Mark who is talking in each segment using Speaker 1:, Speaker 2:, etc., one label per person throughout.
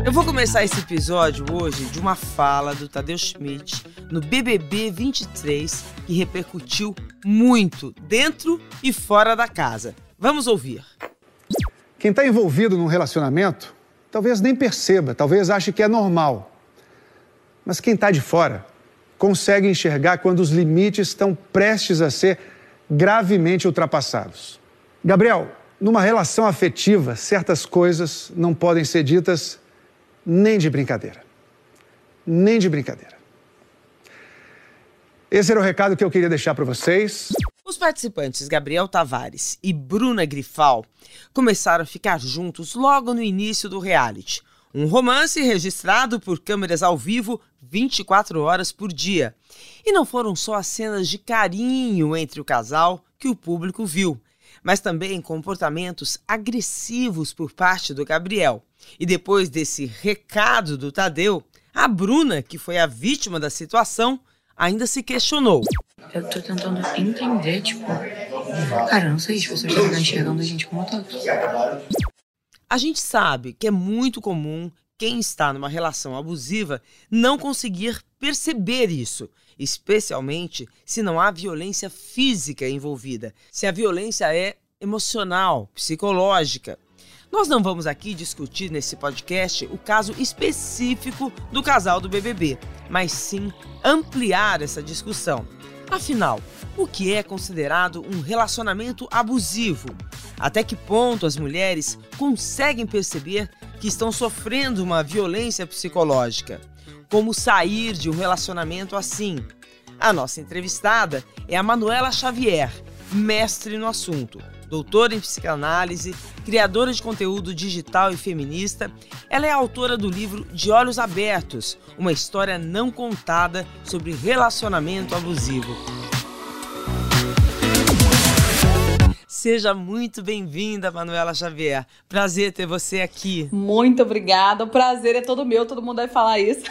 Speaker 1: Eu vou começar esse episódio hoje de uma fala do Tadeu Schmidt no BBB 23 que repercutiu muito dentro e fora da casa. Vamos ouvir.
Speaker 2: Quem está envolvido num relacionamento talvez nem perceba, talvez ache que é normal. Mas quem está de fora consegue enxergar quando os limites estão prestes a ser gravemente ultrapassados. Gabriel, numa relação afetiva, certas coisas não podem ser ditas nem de brincadeira. Nem de brincadeira. Esse era o recado que eu queria deixar para vocês.
Speaker 1: Os participantes Gabriel Tavares e Bruna Grifal começaram a ficar juntos logo no início do reality. Um romance registrado por câmeras ao vivo 24 horas por dia. E não foram só as cenas de carinho entre o casal que o público viu, mas também comportamentos agressivos por parte do Gabriel. E depois desse recado do Tadeu, a Bruna, que foi a vítima da situação, ainda se questionou.
Speaker 3: Eu tô tentando entender, cara, eu não sei, as pessoas estão enxergando a gente como todos.
Speaker 1: A gente sabe que é muito comum quem está numa relação abusiva não conseguir perceber isso, especialmente se não há violência física envolvida, se a violência é emocional, psicológica. Nós não vamos aqui discutir nesse podcast o caso específico do casal do BBB, mas sim ampliar essa discussão. Afinal, o que é considerado um relacionamento abusivo? Até que ponto as mulheres conseguem perceber que estão sofrendo uma violência psicológica? Como sair de um relacionamento assim? A nossa entrevistada é a Manuela Xavier, mestre no assunto. Doutora em psicanálise, criadora de conteúdo digital e feminista, ela é autora do livro De Olhos Abertos, uma história não contada sobre relacionamento abusivo. Seja muito bem-vinda, Manuela Xavier. Prazer ter você aqui.
Speaker 4: Muito obrigada. O prazer é todo meu, todo mundo deve falar isso.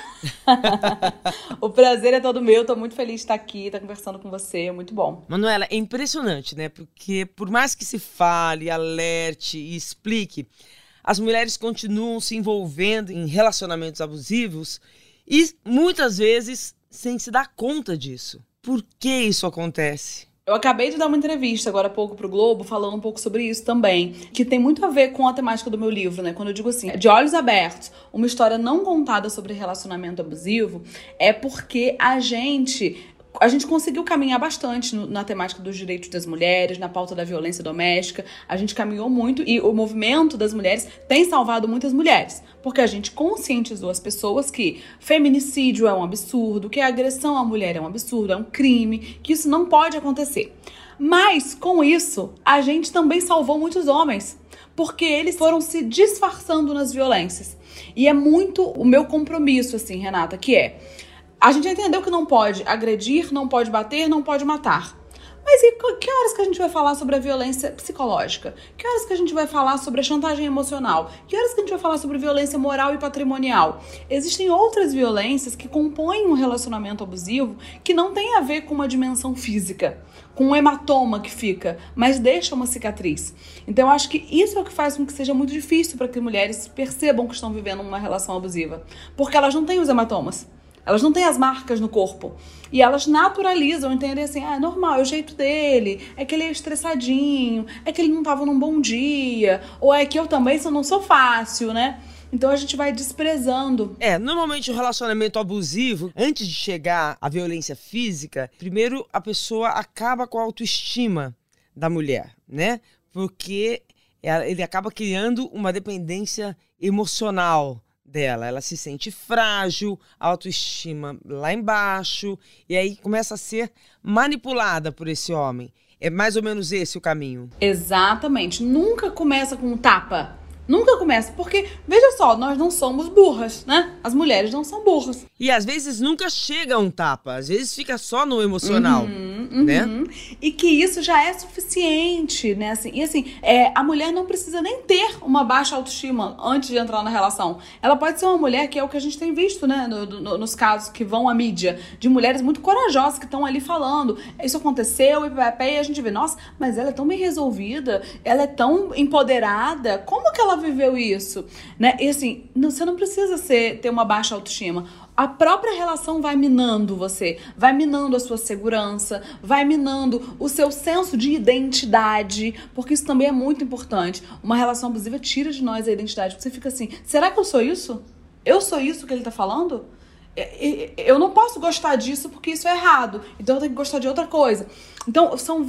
Speaker 4: O prazer é todo meu, tô muito feliz de estar aqui, estar conversando com você, muito bom.
Speaker 1: Manuela, é impressionante, né? Porque por mais que se fale, alerte e explique, as mulheres continuam se envolvendo em relacionamentos abusivos e muitas vezes sem se dar conta disso. Por que isso acontece?
Speaker 4: Eu acabei de dar uma entrevista agora há pouco pro Globo falando um pouco sobre isso também, que tem muito a ver com a temática do meu livro, né? Quando eu digo assim, De Olhos Abertos, uma história não contada sobre relacionamento abusivo, é porque a gente conseguiu caminhar bastante na temática dos direitos das mulheres, na pauta da violência doméstica. A gente caminhou muito e o movimento das mulheres tem salvado muitas mulheres. Porque a gente conscientizou as pessoas que feminicídio é um absurdo, que a agressão à mulher é um absurdo, é um crime, que isso não pode acontecer. Mas, com isso, a gente também salvou muitos homens, porque eles foram se disfarçando nas violências. E é muito o meu compromisso, assim, Renata, que é... A gente entendeu que não pode agredir, não pode bater, não pode matar. Mas e que horas que a gente vai falar sobre a violência psicológica? Que horas que a gente vai falar sobre a chantagem emocional? Que horas que a gente vai falar sobre violência moral e patrimonial? Existem outras violências que compõem um relacionamento abusivo que não tem a ver com uma dimensão física, com um hematoma que fica, mas deixa uma cicatriz. Então eu acho que isso é o que faz com que seja muito difícil para que mulheres percebam que estão vivendo uma relação abusiva. Porque elas não têm os hematomas. Elas não têm as marcas no corpo. E elas naturalizam, entendem assim, é normal, é o jeito dele, é que ele é estressadinho, é que ele não estava num bom dia, ou é que eu também não sou fácil, né? Então a gente vai desprezando.
Speaker 1: Normalmente o relacionamento abusivo, antes de chegar à violência física, primeiro a pessoa acaba com a autoestima da mulher, né? Porque ele acaba criando uma dependência emocional dela. Ela se sente frágil, autoestima lá embaixo, e aí começa a ser manipulada por esse homem. É mais ou menos esse o caminho.
Speaker 4: Exatamente. Nunca começa com um tapa. Nunca começa, porque, veja só, nós não somos burras, né? As mulheres não são burras.
Speaker 1: E às vezes nunca chega a um tapa, às vezes fica só no emocional. né?
Speaker 4: E que isso já é suficiente, né? Assim, e assim, a mulher não precisa nem ter uma baixa autoestima antes de entrar na relação. Ela pode ser uma mulher, que é o que a gente tem visto, né? Nos casos que vão à mídia, de mulheres muito corajosas que estão ali falando, isso aconteceu, e a gente vê, nossa, mas ela é tão bem resolvida, ela é tão empoderada, como que ela viveu isso? Né? E assim, você não precisa ter uma baixa autoestima. A própria relação vai minando você, vai minando a sua segurança, vai minando o seu senso de identidade, porque isso também é muito importante. Uma relação abusiva tira de nós a identidade, porque você fica assim, será que eu sou isso? Eu sou isso que ele tá falando? Eu não posso gostar disso porque isso é errado, então eu tenho que gostar de outra coisa. Então, são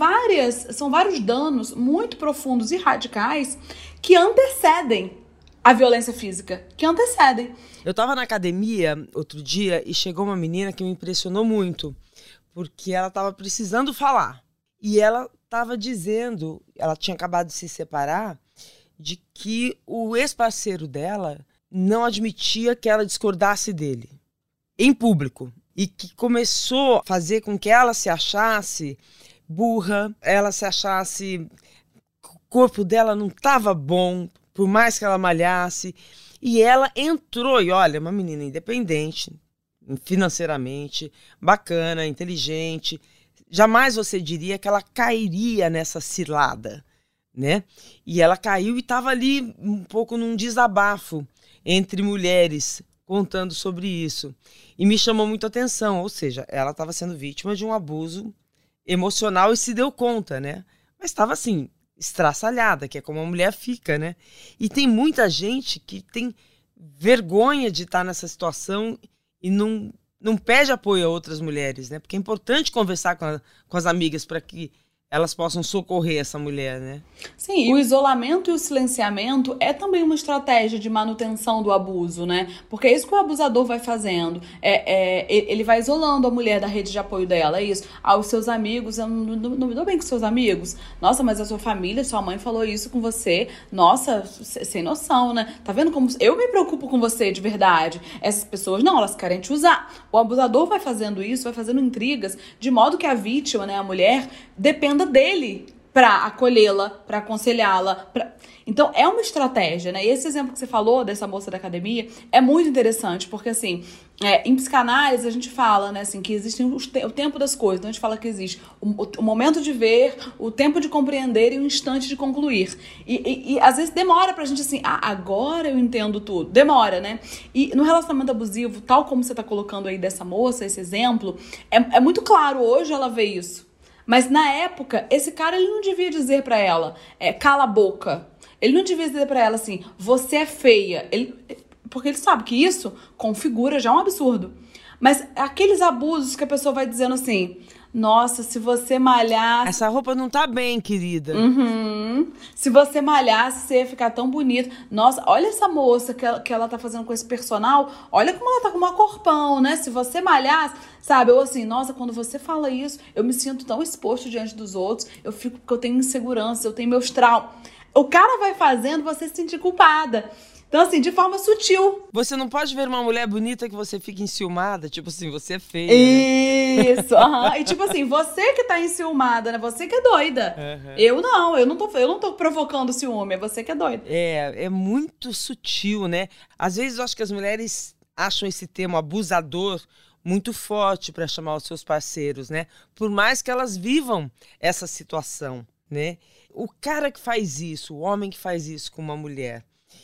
Speaker 4: vários danos muito profundos e radicais que antecedem a violência física, que antecedem.
Speaker 1: Eu tava na academia outro dia e chegou uma menina que me impressionou muito, porque ela tava precisando falar. E ela tava dizendo, ela tinha acabado de se separar, de que o ex-parceiro dela não admitia que ela discordasse dele, em público. E que começou a fazer com que ela se achasse burra, ela se achasse que o corpo dela não estava bom, por mais que ela malhasse. E ela entrou, e olha, uma menina independente, financeiramente, bacana, inteligente. Jamais você diria que ela cairia nessa cilada, né? E ela caiu e estava ali um pouco num desabafo entre mulheres, contando sobre isso. E me chamou muito a atenção, ou seja, ela estava sendo vítima de um abuso emocional e se deu conta, né? Mas estava assim, estraçalhada, que é como a mulher fica, né? E tem muita gente que tem vergonha de estar nessa situação e não pede apoio a outras mulheres, né? Porque é importante conversar com as amigas para que elas possam socorrer essa mulher, né?
Speaker 4: Sim, e o isolamento e o silenciamento é também uma estratégia de manutenção do abuso, né? Porque é isso que o abusador vai fazendo. Ele vai isolando a mulher da rede de apoio dela, é isso. Os seus amigos, eu não me dou bem com seus amigos. Nossa, mas a sua família, sua mãe falou isso com você. Nossa, sem noção, né? Tá vendo como eu me preocupo com você de verdade? Essas pessoas, não, elas querem te usar. O abusador vai fazendo isso, vai fazendo intrigas, de modo que a vítima, né, a mulher, dependa dele para acolhê-la, para aconselhá-la. Então, é uma estratégia, né? E esse exemplo que você falou dessa moça da academia é muito interessante, porque, assim, em psicanálise a gente fala, né, assim, que existe o tempo das coisas. Então, a gente fala que existe o momento de ver, o tempo de compreender e o instante de concluir. E às vezes demora pra gente, assim, agora eu entendo tudo. Demora, né? E no relacionamento abusivo, tal como você tá colocando aí dessa moça, esse exemplo, é muito claro, hoje ela vê isso. Mas na época, esse cara ele não devia dizer pra ela, cala a boca. Ele não devia dizer pra ela assim, você é feia. Porque ele sabe que isso configura já um absurdo. Mas aqueles abusos que a pessoa vai dizendo assim, nossa, se você malhasse...
Speaker 1: Essa roupa não tá bem, querida.
Speaker 4: Se você malhasse, você ia ficar tão bonita. Nossa, olha essa moça que ela tá fazendo com esse personal. Olha como ela tá com uma corpão, né? Se você malhasse, sabe? Ou assim, nossa, quando você fala isso, eu me sinto tão exposto diante dos outros. Eu fico porque eu tenho insegurança, eu tenho meus traumas. O cara vai fazendo você se sentir culpada. Então, assim, de forma sutil.
Speaker 1: Você não pode ver uma mulher bonita que você fica enciumada, tipo assim, você é feia. Né?
Speaker 4: Isso, E tipo assim, você que tá enciumada, né? Você que é doida. Eu não tô provocando ciúme, é você que é doida.
Speaker 1: É muito sutil, né? Às vezes eu acho que as mulheres acham esse termo abusador muito forte para chamar os seus parceiros, né? Por mais que elas vivam essa situação, né? O cara que faz isso, o homem que faz isso com uma mulher,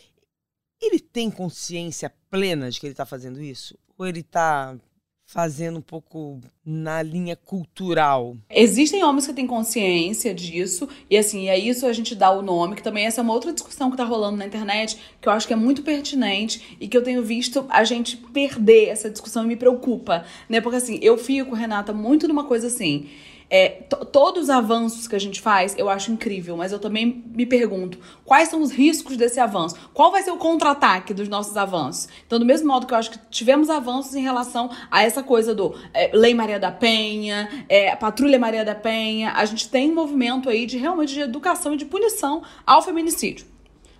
Speaker 1: ele tem consciência plena de que ele está fazendo isso? Ou ele está fazendo um pouco na linha cultural?
Speaker 4: Existem homens que têm consciência disso, e assim, é isso a gente dá o nome, que também essa é uma outra discussão que tá rolando na internet, que eu acho que é muito pertinente, e que eu tenho visto a gente perder essa discussão e me preocupa, né? Porque assim, eu fico, Renata, muito numa coisa assim... todos os avanços que a gente faz, eu acho incrível, mas eu também me pergunto, quais são os riscos desse avanço? Qual vai ser o contra-ataque dos nossos avanços? Então, do mesmo modo que eu acho que tivemos avanços em relação a essa coisa do Lei Maria da Penha, Patrulha Maria da Penha, a gente tem um movimento aí de realmente de educação e de punição ao feminicídio.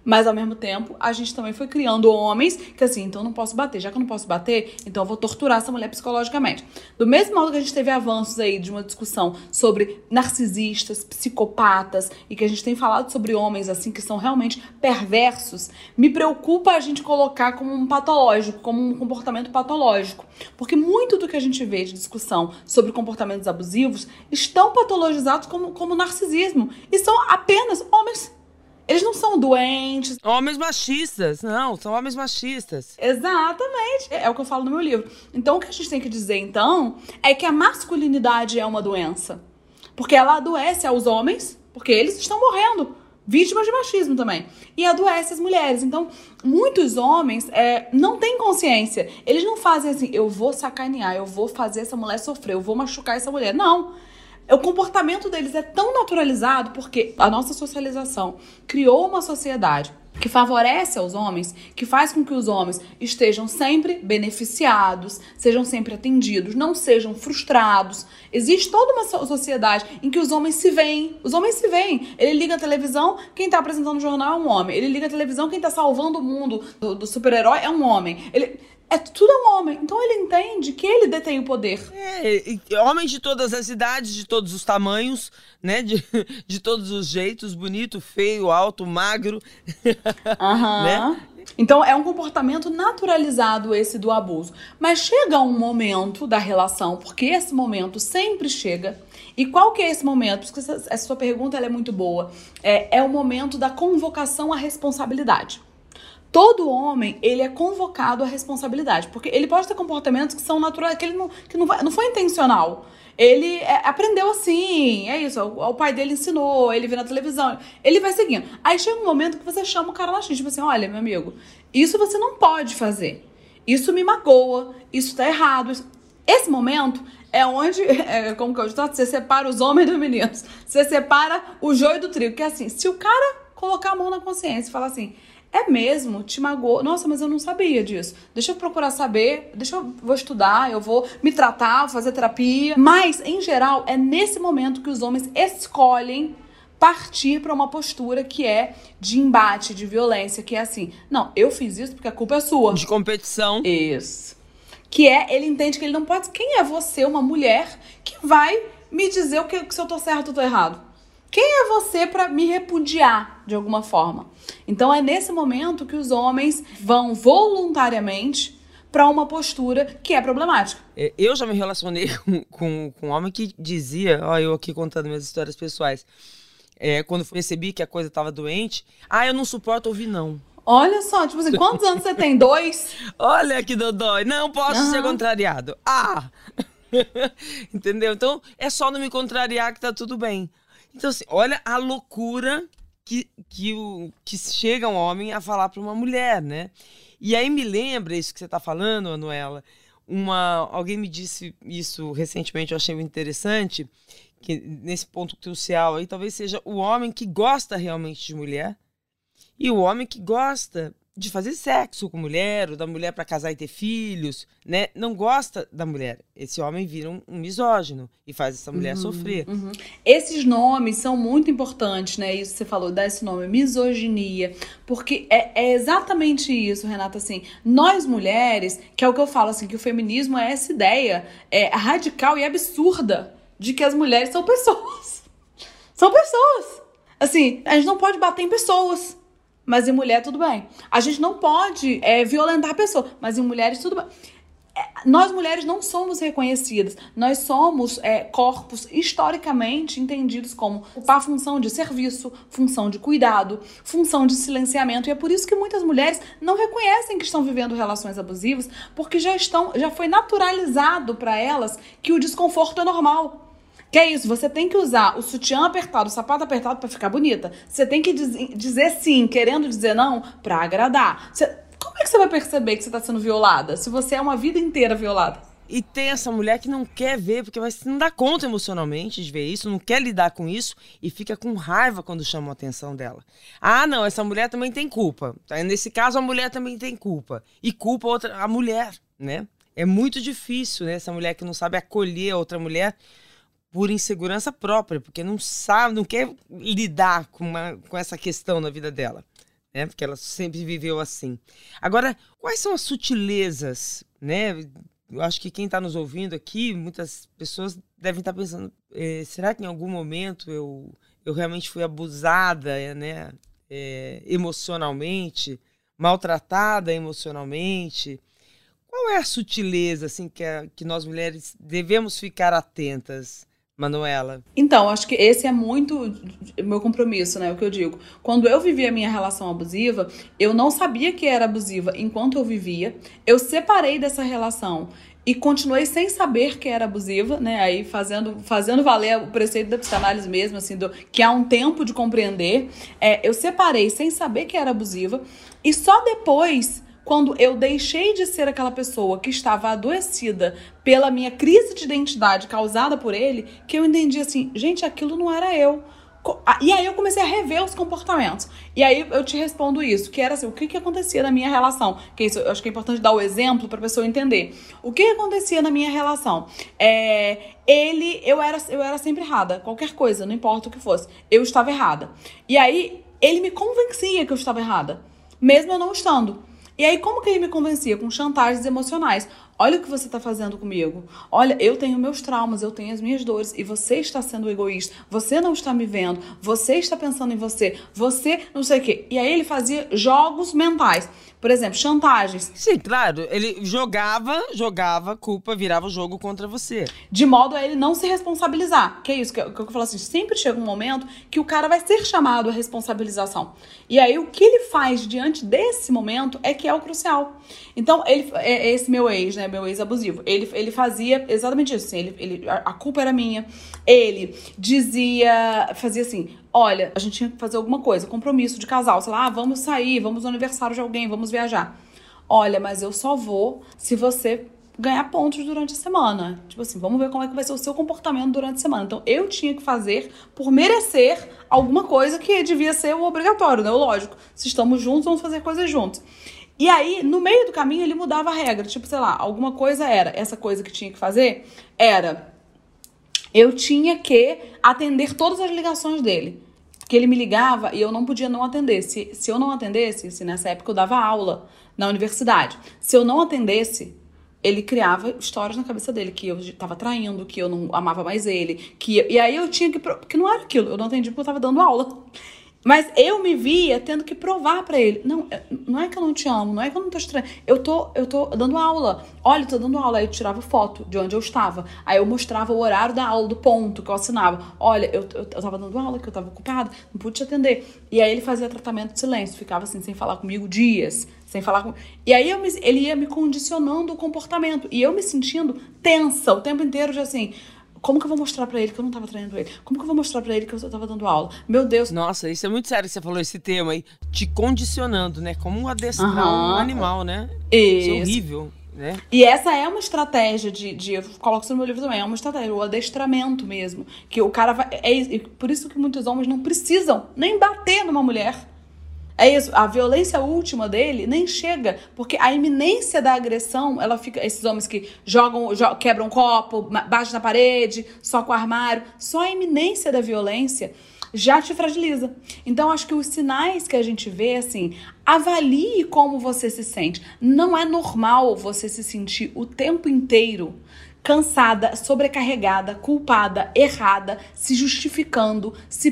Speaker 4: Mas, ao mesmo tempo, a gente também foi criando homens que, assim, então eu não posso bater. Já que eu não posso bater, então eu vou torturar essa mulher psicologicamente. Do mesmo modo que a gente teve avanços aí de uma discussão sobre narcisistas, psicopatas, e que a gente tem falado sobre homens, assim, que são realmente perversos, me preocupa a gente colocar como um patológico, como um comportamento patológico. Porque muito do que a gente vê de discussão sobre comportamentos abusivos estão patologizados como narcisismo. E são apenas homens. Eles não são doentes.
Speaker 1: Homens machistas. Não, são homens machistas.
Speaker 4: Exatamente. É o que eu falo no meu livro. Então, o que a gente tem que dizer, então, é que a masculinidade é uma doença. Porque ela adoece aos homens, porque eles estão morrendo. Vítimas de machismo também. E adoece as mulheres. Então, muitos homens não têm consciência. Eles não fazem assim, eu vou sacanear, eu vou fazer essa mulher sofrer, eu vou machucar essa mulher. Não. O comportamento deles é tão naturalizado porque a nossa socialização criou uma sociedade que favorece aos homens, que faz com que os homens estejam sempre beneficiados, sejam sempre atendidos, não sejam frustrados. Existe toda uma sociedade em que os homens se veem. Os homens se veem. Ele liga a televisão, quem está apresentando o jornal é um homem. Ele liga a televisão, quem está salvando o mundo do super-herói é um homem. Tudo é um homem. Então ele entende que ele detém o poder.
Speaker 1: Homens de todas as idades, de todos os tamanhos, né? De todos os jeitos, bonito, feio, alto, magro. Né?
Speaker 4: Então é um comportamento naturalizado esse do abuso. Mas chega um momento da relação, porque esse momento sempre chega. E qual que é esse momento? Porque essa sua pergunta ela é muito boa. É o momento da convocação à responsabilidade. Todo homem, ele é convocado à responsabilidade, porque ele pode ter comportamentos que são naturais, que ele não foi intencional. Ele aprendeu assim, é isso, o pai dele ensinou, ele vê na televisão, ele vai seguindo. Aí chega um momento que você chama o cara na xixi, tipo assim, olha, meu amigo, isso você não pode fazer, isso me magoa, isso tá errado. Esse momento é onde, como que eu digo, você separa os homens dos meninos, você separa o joio do trigo, que é assim, se o cara colocar a mão na consciência e falar assim, é mesmo? Te magoou? Nossa, mas eu não sabia disso. Deixa eu procurar saber, vou estudar, eu vou me tratar, vou fazer terapia. Mas, em geral, é nesse momento que os homens escolhem partir para uma postura que é de embate, de violência, que é assim, não, eu fiz isso porque a culpa é sua.
Speaker 1: De competição.
Speaker 4: Isso. Ele entende que ele não pode... Quem é você, uma mulher, que vai me dizer se eu tô certo ou tô errado? Quem é você para me repudiar de alguma forma? Então é nesse momento que os homens vão voluntariamente para uma postura que é problemática.
Speaker 1: Eu já me relacionei com um homem que dizia, eu aqui contando minhas histórias pessoais, quando percebi que a coisa estava doente, eu não suporto ouvir não.
Speaker 4: Olha só, tipo assim, quantos anos você tem? 2?
Speaker 1: Olha que dodói, não posso ser contrariado. Entendeu? Então é só não me contrariar que tá tudo bem. Então, assim, olha a loucura que chega um homem a falar para uma mulher, né? E aí me lembra isso que você está falando, Manuela. Alguém me disse isso recentemente, eu achei muito interessante, que nesse ponto crucial aí talvez seja o homem que gosta realmente de mulher e o homem que gosta de fazer sexo com mulher, ou da mulher para casar e ter filhos, né? Não gosta da mulher. Esse homem vira um misógino e faz essa mulher sofrer.
Speaker 4: Esses nomes são muito importantes, né? Isso que você falou, dá esse nome, misoginia. Porque é exatamente isso, Renata, assim. Nós mulheres, que é o que eu falo, assim, que o feminismo é essa ideia radical e absurda de que as mulheres são pessoas. São pessoas. Assim, a gente não pode bater em pessoas. Mas em mulher, tudo bem. A gente não pode violentar a pessoa, mas em mulheres, tudo bem. Nós, mulheres, não somos reconhecidas. Nós somos corpos historicamente entendidos como a função de serviço, função de cuidado, função de silenciamento. E é por isso que muitas mulheres não reconhecem que estão vivendo relações abusivas, porque já foi naturalizado para elas que o desconforto é normal. Que é isso, você tem que usar o sutiã apertado, o sapato apertado pra ficar bonita. Você tem que dizer sim, querendo dizer não, pra agradar. Como é que você vai perceber que você tá sendo violada, se você é uma vida inteira violada?
Speaker 1: E tem essa mulher que não quer ver, porque não dá conta emocionalmente de ver isso, não quer lidar com isso e fica com raiva quando chamam a atenção dela. Não, essa mulher também tem culpa. Nesse caso, a mulher também tem culpa. E culpa a mulher, né? É muito difícil, né? Essa mulher que não sabe acolher a outra mulher por insegurança própria, porque não sabe, não quer lidar com essa questão na vida dela. né? Porque ela sempre viveu assim. Agora, quais são as sutilezas, né? Eu acho que quem está nos ouvindo aqui, muitas pessoas devem estar pensando, será que em algum momento eu realmente fui abusada, né? Emocionalmente, maltratada emocionalmente? Qual é a sutileza assim, que nós mulheres devemos ficar atentas, Manuela?
Speaker 4: Então, acho que esse é muito meu compromisso, né? O que eu digo. Quando eu vivia a minha relação abusiva, eu não sabia que era abusiva enquanto eu vivia. Eu separei dessa relação e continuei sem saber que era abusiva, né? Aí fazendo valer o preceito da psicanálise mesmo, assim, que há um tempo de compreender. Eu separei sem saber que era abusiva e só depois, quando eu deixei de ser aquela pessoa que estava adoecida pela minha crise de identidade causada por ele, que eu entendi assim, gente, aquilo não era eu. E aí eu comecei a rever os comportamentos. E aí eu te respondo isso, que era assim, o que acontecia na minha relação? Que isso, eu acho que é importante dar o exemplo para a pessoa entender. O que acontecia na minha relação? Eu era sempre errada, qualquer coisa, não importa o que fosse. Eu estava errada. E aí ele me convencia que eu estava errada, mesmo eu não estando. E aí, como que ele me convencia? Com chantagens emocionais. Olha o que você está fazendo comigo. Olha, eu tenho meus traumas, eu tenho as minhas dores e você está sendo egoísta. Você não está me vendo. Você está pensando em você. Você não sei o quê. E aí ele fazia jogos mentais. Por exemplo, chantagens.
Speaker 1: Sim, claro. Ele jogava a culpa, virava o jogo contra você.
Speaker 4: De modo a ele não se responsabilizar. Que é isso que eu falo assim, sempre chega um momento que o cara vai ser chamado à responsabilização. E aí o que ele faz diante desse momento é que é o crucial. Então, esse meu ex, né, meu ex abusivo, ele fazia exatamente isso. Assim, a culpa era minha. Ele fazia assim, olha, a gente tinha que fazer alguma coisa, compromisso de casal, sei lá, vamos sair, vamos no aniversário de alguém, vamos viajar. Olha, mas eu só vou se você ganhar pontos durante a semana. Tipo assim, vamos ver como é que vai ser o seu comportamento durante a semana. Então, eu tinha que fazer por merecer alguma coisa que devia ser o obrigatório, né? O lógico. Se estamos juntos, vamos fazer coisas juntos. E aí, no meio do caminho, ele mudava a regra. Tipo, sei lá, alguma coisa essa coisa que tinha que fazer era... Eu tinha que atender todas as ligações dele. Porque ele me ligava e eu não podia não atender. Se eu não atendesse, se nessa época eu dava aula na universidade, se eu não atendesse, ele criava histórias na cabeça dele, que eu estava traindo, que eu não amava mais ele. E aí eu tinha que... Porque não era aquilo, eu não atendi porque eu estava dando aula. Mas eu me via tendo que provar pra ele. Não é que eu não te amo, não é que eu não tô estranha. Eu tô dando aula. Olha, eu tô dando aula. Aí eu tirava foto de onde eu estava. Aí eu mostrava o horário da aula, do ponto que eu assinava. Olha, eu tava dando aula, que eu tava ocupada, não pude te atender. E aí ele fazia tratamento de silêncio. Ficava assim, sem falar comigo dias. Sem falar comigo. E aí ele ia me condicionando o comportamento. E eu me sentindo tensa o tempo inteiro, de assim... Como que eu vou mostrar pra ele que eu não tava traindo ele? Como que eu vou mostrar pra ele que eu tava dando aula? Meu Deus.
Speaker 1: Nossa, isso é muito sério que você falou esse tema aí. Te condicionando, né? Como adestrar um animal, né? Isso é horrível, né?
Speaker 4: E essa é uma estratégia eu coloco isso no meu livro também, é uma estratégia, o adestramento mesmo. Que o cara vai... por isso que muitos homens não precisam nem bater numa mulher. É isso, a violência última dele nem chega, porque a iminência da agressão, ela fica, esses homens que quebram um copo, batem na parede, socam o armário, só a iminência da violência já te fragiliza. Então, acho que os sinais que a gente vê, assim, avalie como você se sente. Não é normal você se sentir o tempo inteiro cansada, sobrecarregada, culpada, errada, se justificando,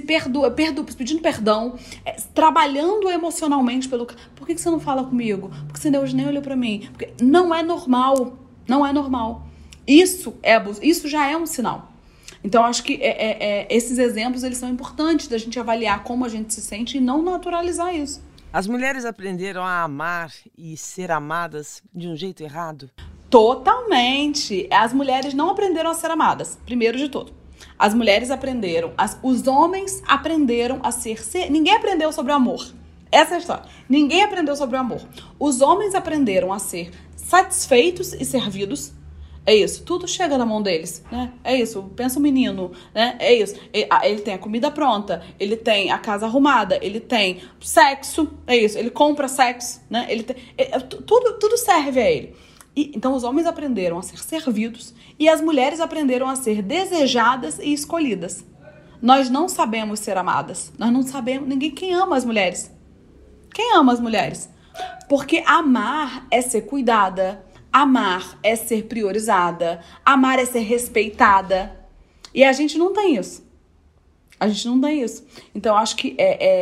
Speaker 4: pedindo perdão, trabalhando emocionalmente pelo... Por que você não fala comigo? Porque você hoje nem olhou pra mim. Porque não é normal. Não é normal. Isso é abuso. Isso já é um sinal. Então, acho que esses exemplos, eles são importantes da gente avaliar como a gente se sente e não naturalizar isso.
Speaker 1: As mulheres aprenderam a amar e ser amadas de um jeito errado?
Speaker 4: Totalmente. As mulheres não aprenderam a ser amadas, primeiro de tudo. As mulheres aprenderam, os homens aprenderam a ser... Ninguém aprendeu sobre o amor. Essa é a história. Ninguém aprendeu sobre o amor. Os homens aprenderam a ser satisfeitos e servidos. É isso, tudo chega na mão deles, né? É isso, pensa o menino, né? É isso, ele tem a comida pronta, ele tem a casa arrumada, ele tem sexo, é isso, ele compra sexo, né? Ele tem, tudo serve a ele. Então os homens aprenderam a ser servidos e as mulheres aprenderam a ser desejadas e escolhidas. Nós não sabemos ser amadas, nós não sabemos, quem ama as mulheres? Quem ama as mulheres? Porque amar é ser cuidada, amar é ser priorizada, amar é ser respeitada. E a gente não tem isso. A gente não tem isso. Então, eu acho que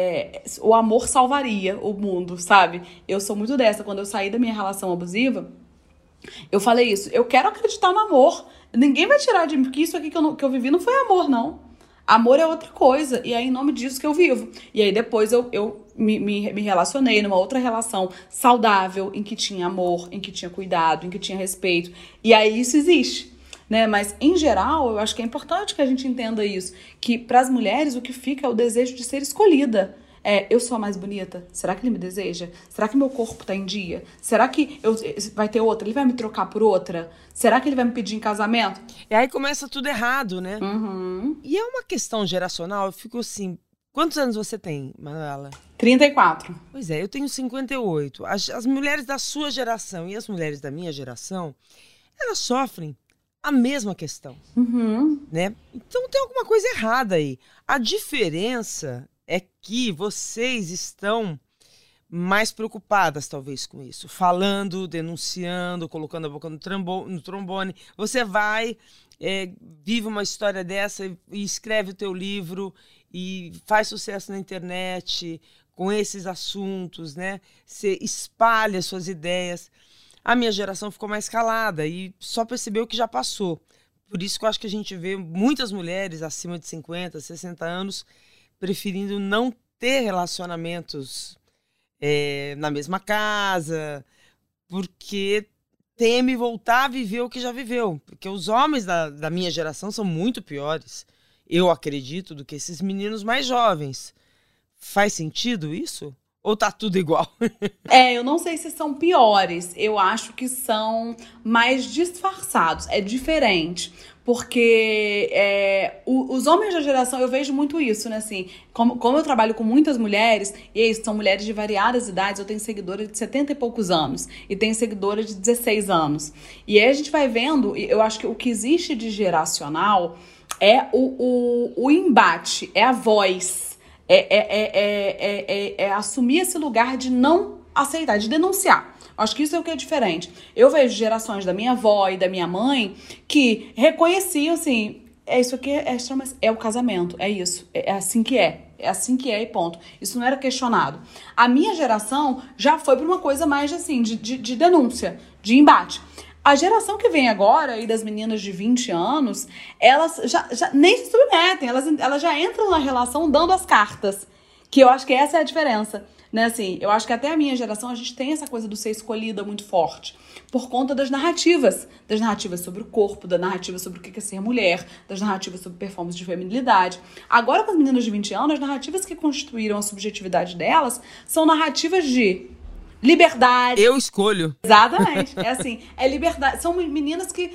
Speaker 4: o amor salvaria o mundo, sabe? Eu sou muito dessa. Quando eu saí da minha relação abusiva, eu falei isso. Eu quero acreditar no amor. Ninguém vai tirar de mim que isso aqui que eu vivi não foi amor, não. Amor é outra coisa. E é em nome disso que eu vivo. E aí, depois, eu me relacionei numa outra relação saudável, em que tinha amor, em que tinha cuidado, em que tinha respeito. E aí, isso existe. Né? Mas, em geral, eu acho que é importante que a gente entenda isso. Que, para as mulheres, o que fica é o desejo de ser escolhida. Eu sou a mais bonita? Será que ele me deseja? Será que meu corpo tá em dia? Será que vai ter outra? Ele vai me trocar por outra? Será que ele vai me pedir em casamento?
Speaker 1: E aí começa tudo errado, né?
Speaker 4: Uhum.
Speaker 1: E é uma questão geracional, eu fico assim... Quantos anos você tem, Manuela?
Speaker 4: 34.
Speaker 1: Pois é, eu tenho 58. As mulheres da sua geração e as mulheres da minha geração, elas sofrem a mesma questão, né? Então tem alguma coisa errada aí. A diferença é que vocês estão mais preocupadas, talvez, com isso. Falando, denunciando, colocando a boca no trombone. Você vai, vive uma história dessa e escreve o teu livro e faz sucesso na internet com esses assuntos, né? Você espalha suas ideias. A minha geração ficou mais calada e só percebeu que já passou. Por isso que eu acho que a gente vê muitas mulheres acima de 50, 60 anos preferindo não ter relacionamentos na mesma casa, porque teme voltar a viver o que já viveu. Porque os homens da minha geração são muito piores, eu acredito, do que esses meninos mais jovens. Faz sentido isso? Ou tá tudo igual?
Speaker 4: Eu não sei se são piores. Eu acho que são mais disfarçados. É diferente. Porque os homens da geração, eu vejo muito isso, né? Assim, como eu trabalho com muitas mulheres, e é isso, são mulheres de variadas idades, eu tenho seguidora de 70 e poucos anos, e tenho seguidora de 16 anos. E aí a gente vai vendo, eu acho que o que existe de geracional é o embate, é a voz. Assumir esse lugar de não aceitar, de denunciar. Acho que isso é o que é diferente. Eu vejo gerações da minha avó e da minha mãe que reconheciam assim, isso aqui é o casamento, é isso, é assim que é. É assim que é e ponto. Isso não era questionado. A minha geração já foi para uma coisa mais assim, de denúncia, de embate. A geração que vem agora, aí das meninas de 20 anos, elas já nem se submetem, elas já entram na relação dando as cartas. Que eu acho que essa é a diferença. Né, assim, eu acho que até a minha geração a gente tem essa coisa do ser escolhida muito forte. Por conta das narrativas sobre o corpo, da narrativa sobre o que é ser mulher, das narrativas sobre performance de feminilidade. Agora, com as meninas de 20 anos, as narrativas que constituíram a subjetividade delas são narrativas de liberdade.
Speaker 1: Eu escolho.
Speaker 4: Exatamente. É assim, é liberdade. São meninas que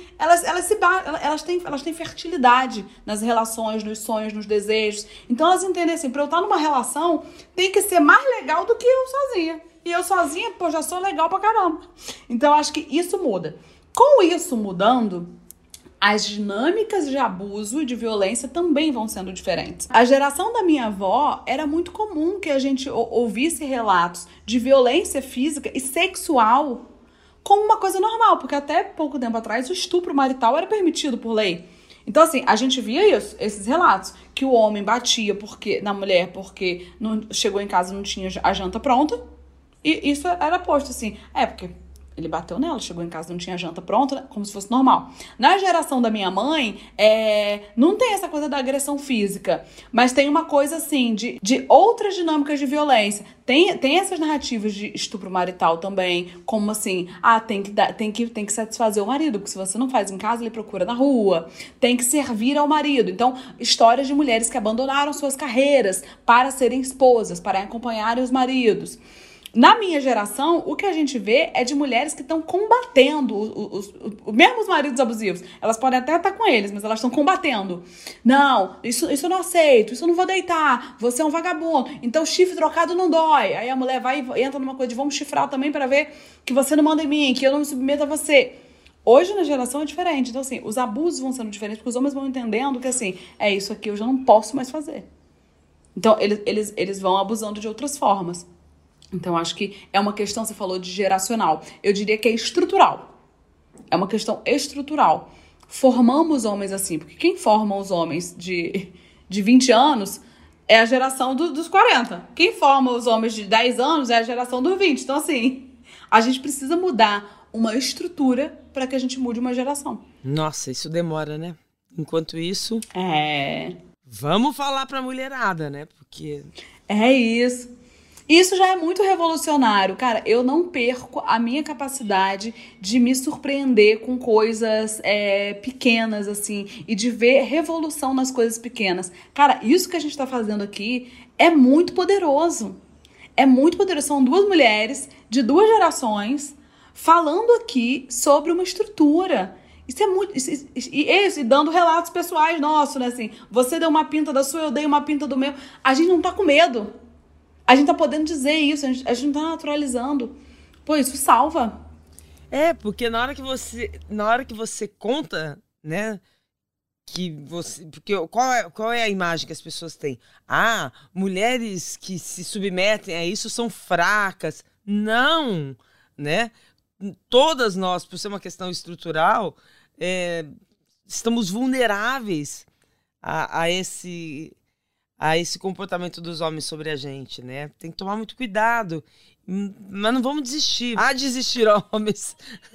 Speaker 4: elas têm fertilidade nas relações, nos sonhos, nos desejos. Então elas entendem assim, pra eu estar numa relação, tem que ser mais legal do que eu sozinha. E eu sozinha, já sou legal pra caramba. Então eu acho que isso muda. Com isso mudando, as dinâmicas de abuso e de violência também vão sendo diferentes. A geração da minha avó era muito comum que a gente ouvisse relatos de violência física e sexual como uma coisa normal, porque até pouco tempo atrás o estupro marital era permitido por lei. Então, assim, a gente via isso, esses relatos, que o homem batia na mulher porque chegou em casa e não tinha a janta pronta, e isso era posto assim, porque ele bateu nela, chegou em casa, não tinha janta pronta, né? Como se fosse normal. Na geração da minha mãe, não tem essa coisa da agressão física, mas tem uma coisa assim, de outras dinâmicas de violência. Tem essas narrativas de estupro marital também, como assim, tem que satisfazer o marido, porque se você não faz em casa, ele procura na rua. Tem que servir ao marido. Então, histórias de mulheres que abandonaram suas carreiras para serem esposas, para acompanharem os maridos. Na minha geração, o que a gente vê é de mulheres que estão combatendo mesmo os maridos abusivos. Elas podem até estar com eles, mas elas estão combatendo. Não, isso eu não aceito, isso eu não vou deitar, você é um vagabundo, então chifre trocado não dói. Aí a mulher vai e entra numa coisa de vamos chifrar também para ver que você não manda em mim, que eu não me submeto a você. Hoje, na geração, é diferente. Então, assim, os abusos vão sendo diferentes, porque os homens vão entendendo que, assim, isso aqui eu já não posso mais fazer. Então, eles vão abusando de outras formas. Então, acho que é uma questão, você falou de geracional. Eu diria que é estrutural. É uma questão estrutural. Formamos homens assim, porque quem forma os homens de 20 anos é a geração dos 40. Quem forma os homens de 10 anos é a geração dos 20. Então, assim, a gente precisa mudar uma estrutura para que a gente mude uma geração.
Speaker 1: Nossa, isso demora, né? Enquanto isso... Vamos falar pra mulherada, né? Porque...
Speaker 4: É isso. Isso já é muito revolucionário. Cara, eu não perco a minha capacidade de me surpreender com coisas pequenas, assim, e de ver revolução nas coisas pequenas. Cara, isso que a gente tá fazendo aqui é muito poderoso. É muito poderoso. São duas mulheres de duas gerações falando aqui sobre uma estrutura. Isso é muito... E dando relatos pessoais nossos, né? Assim, você deu uma pinta da sua, eu dei uma pinta do meu. A gente não tá com medo. A gente tá podendo dizer isso, a gente não tá naturalizando. Pô, isso salva.
Speaker 1: Porque na hora que você conta, né, porque qual é a imagem que as pessoas têm? Mulheres que se submetem a isso são fracas. Não, né? Todas nós, por ser uma questão estrutural, estamos vulneráveis a esse comportamento dos homens sobre a gente, né? Tem que tomar muito cuidado, mas não vamos desistir. Desistir homens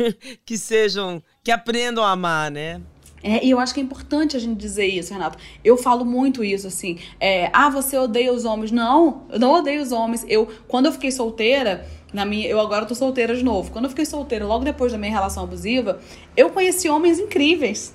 Speaker 1: que aprendam a amar, né?
Speaker 4: E eu acho que é importante a gente dizer isso, Renato. Eu falo muito isso, assim. Você odeia os homens. Não, eu não odeio os homens. Quando eu fiquei solteira, eu agora tô solteira de novo. Quando eu fiquei solteira, logo depois da minha relação abusiva, eu conheci homens incríveis.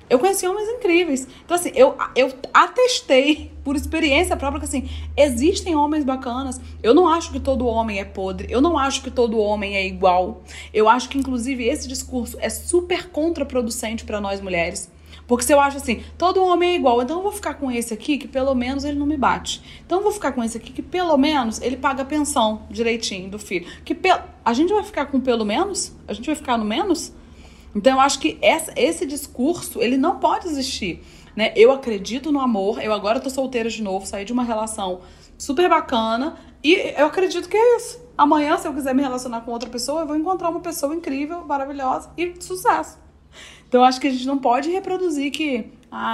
Speaker 4: Então, assim, eu atestei por experiência própria que, assim, existem homens bacanas. Eu não acho que todo homem é podre. Eu não acho que todo homem é igual. Eu acho que, inclusive, esse discurso é super contraproducente para nós mulheres. Porque se eu acho assim, todo homem é igual, então eu vou ficar com esse aqui que pelo menos ele não me bate. Então eu vou ficar com esse aqui que pelo menos ele paga a pensão direitinho do filho. A gente vai ficar com pelo menos? A gente vai ficar no menos? Então, eu acho que esse discurso, ele não pode existir, né? Eu acredito no amor, eu agora tô solteira de novo, saí de uma relação super bacana e eu acredito que é isso. Amanhã, se eu quiser me relacionar com outra pessoa, eu vou encontrar uma pessoa incrível, maravilhosa e de sucesso. Então, eu acho que a gente não pode reproduzir que,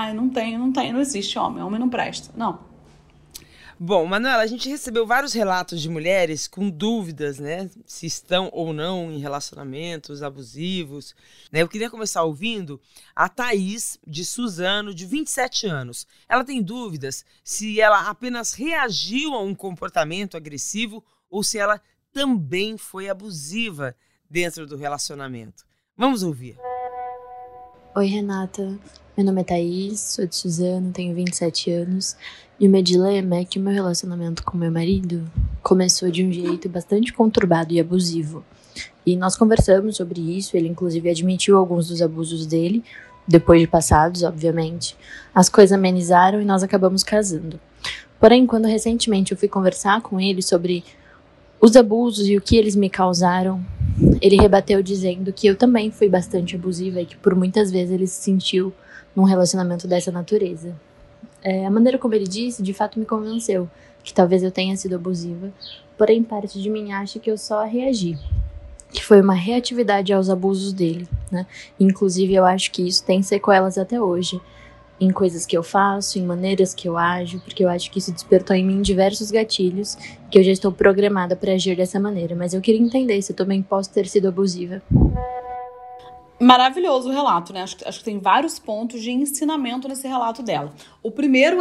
Speaker 4: não existe homem não presta. Não.
Speaker 1: Bom, Manuela, a gente recebeu vários relatos de mulheres com dúvidas, né? Se estão ou não em relacionamentos abusivos. Eu queria começar ouvindo a Thaís, de Suzano, de 27 anos. Ela tem dúvidas se ela apenas reagiu a um comportamento agressivo ou se ela também foi abusiva dentro do relacionamento. Vamos ouvir.
Speaker 5: Oi, Renata. Meu nome é Thaís, sou de Suzano, tenho 27 anos. E o meu dilema é que o meu relacionamento com meu marido começou de um jeito bastante conturbado e abusivo. E nós conversamos sobre isso, ele inclusive admitiu alguns dos abusos dele, depois de passados, obviamente. As coisas amenizaram e nós acabamos casando. Porém, quando recentemente eu fui conversar com ele sobre os abusos e o que eles me causaram, ele rebateu dizendo que eu também fui bastante abusiva e que por muitas vezes ele se sentiu num relacionamento dessa natureza. A maneira como ele disse, de fato me convenceu que talvez eu tenha sido abusiva, porém parte de mim acha que eu só reagi, que foi uma reatividade aos abusos dele, né? Inclusive eu acho que isso tem sequelas até hoje, em coisas que eu faço, em maneiras que eu ajo, porque eu acho que isso despertou em mim diversos gatilhos que eu já estou programada para agir dessa maneira, mas eu queria entender se eu também posso ter sido abusiva.
Speaker 4: Maravilhoso o relato, né? Acho que tem vários pontos de ensinamento nesse relato dela. O primeiro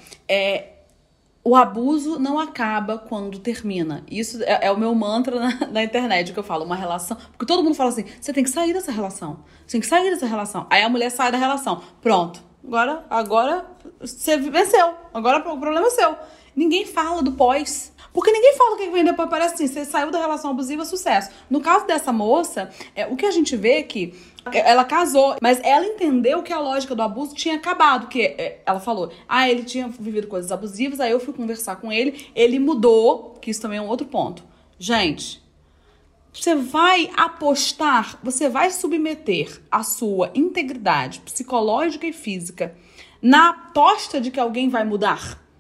Speaker 4: o abuso não acaba quando termina. Isso é o meu mantra na internet, que eu falo, uma relação... Porque todo mundo fala assim, você tem que sair dessa relação. Você tem que sair dessa relação. Aí a mulher sai da relação. Pronto. Agora você venceu. Agora o problema é seu. Ninguém fala do pós. Porque ninguém fala o que vem depois. Parece assim, você saiu da relação abusiva, sucesso. No caso dessa moça, o que a gente vê é que ela casou, mas ela entendeu que a lógica do abuso tinha acabado, que ela falou, ele tinha vivido coisas abusivas, aí eu fui conversar com ele mudou, que isso também é um outro ponto. Gente, você vai apostar, você vai submeter a sua integridade psicológica e física na aposta de que alguém vai mudar?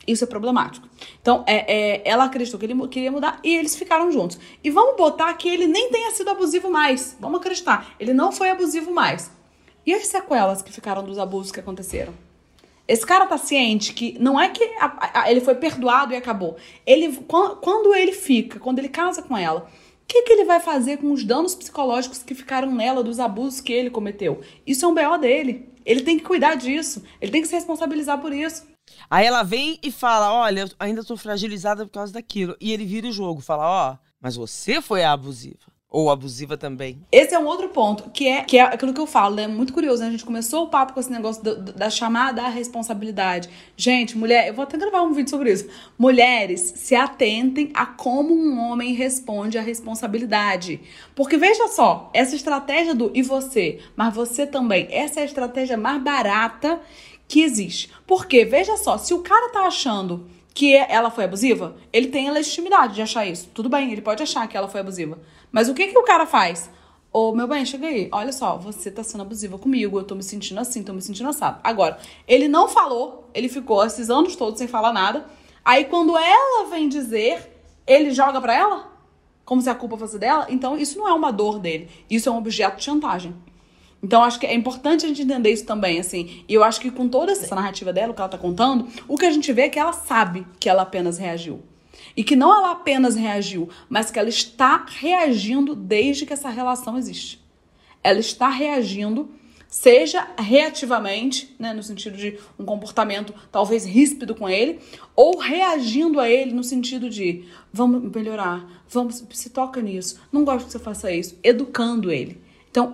Speaker 4: Isso é problemático. Então, ela acreditou que ele queria mudar e eles ficaram juntos. E vamos botar que ele nem tenha sido abusivo mais. Vamos acreditar. Ele não foi abusivo mais. E as sequelas que ficaram dos abusos que aconteceram? Esse cara tá ciente que não é que ele foi perdoado e acabou. Quando ele casa com ela, o que ele vai fazer com os danos psicológicos que ficaram nela dos abusos que ele cometeu? Isso é um BO dele. Ele tem que cuidar disso. Ele tem que se responsabilizar por isso.
Speaker 1: Aí ela vem e fala, olha, eu ainda tô fragilizada por causa daquilo. E ele vira o jogo, fala, mas você foi a abusiva. Ou abusiva também.
Speaker 4: Esse é um outro ponto, que é aquilo que eu falo, né? Muito curioso, né? A gente começou o papo com esse negócio da chamada à responsabilidade. Gente, mulher, eu vou até gravar um vídeo sobre isso. Mulheres, se atentem a como um homem responde à responsabilidade. Porque veja só, essa estratégia do e você, mas você também, essa é a estratégia mais barata que existe. Porque, veja só, se o cara tá achando que ela foi abusiva, ele tem a legitimidade de achar isso. Tudo bem, ele pode achar que ela foi abusiva. Mas o que o cara faz? Ô, meu bem, chega aí. Olha só, você tá sendo abusiva comigo, eu tô me sentindo assim, tô me sentindo assado. Agora, ele não falou, ele ficou esses anos todos sem falar nada. Aí, quando ela vem dizer, ele joga pra ela? Como se a culpa fosse dela? Então, isso não é uma dor dele. Isso é um objeto de chantagem. Então, acho que é importante a gente entender isso também, assim. E eu acho que com toda essa narrativa dela, o que ela tá contando, o que a gente vê é que ela sabe que ela apenas reagiu. E que não ela apenas reagiu, mas que ela está reagindo desde que essa relação existe. Ela está reagindo, seja reativamente, né, no sentido de um comportamento talvez ríspido com ele, ou reagindo a ele no sentido de vamos melhorar, se toca nisso, não gosto que você faça isso, educando ele. Então,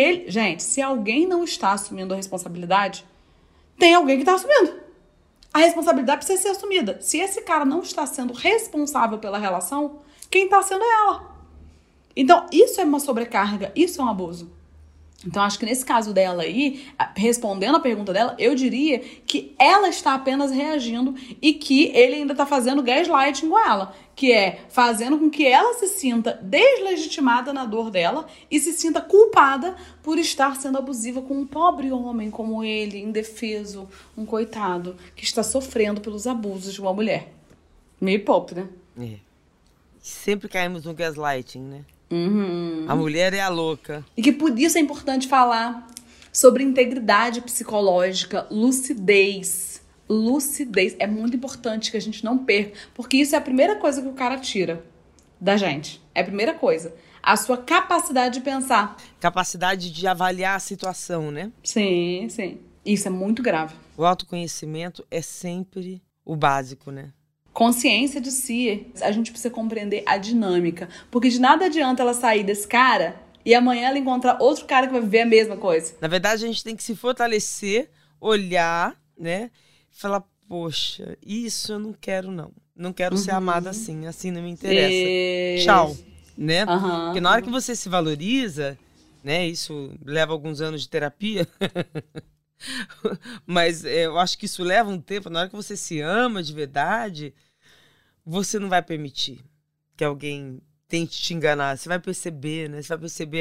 Speaker 4: se alguém não está assumindo a responsabilidade, tem alguém que está assumindo. A responsabilidade precisa ser assumida. Se esse cara não está sendo responsável pela relação, quem está sendo é ela. Então, isso é uma sobrecarga, isso é um abuso. Então, acho que nesse caso dela aí, respondendo a pergunta dela, eu diria que ela está apenas reagindo e que ele ainda está fazendo gaslighting com ela, que é fazendo com que ela se sinta deslegitimada na dor dela e se sinta culpada por estar sendo abusiva com um pobre homem como ele, indefeso, um coitado, que está sofrendo pelos abusos de uma mulher. Meio pop, né?
Speaker 1: É. Sempre caímos no gaslighting, né?
Speaker 4: Uhum.
Speaker 1: A mulher é a louca.
Speaker 4: E que por isso é importante falar sobre integridade psicológica, lucidez. Lucidez. É muito importante que a gente não perca, porque isso é a primeira coisa que o cara tira da gente. É a primeira coisa. A sua capacidade de pensar.
Speaker 1: Capacidade de avaliar a situação, né?
Speaker 4: Sim, sim. Isso é muito grave.
Speaker 1: O autoconhecimento é sempre o básico, né?
Speaker 4: Consciência de si. A gente precisa compreender a dinâmica. Porque de nada adianta ela sair desse cara e amanhã ela encontrar outro cara que vai viver a mesma coisa.
Speaker 1: Na verdade, a gente tem que se fortalecer, olhar, né? Falar, poxa, isso eu não quero, não. Não quero ser amada assim não me interessa. Tchau, né? Porque na hora que você se valoriza, né? Isso leva alguns anos de terapia. Mas eu acho que isso leva um tempo. Na hora que você se ama de verdade, você não vai permitir que alguém tente te enganar. Você vai perceber, né? Você vai perceber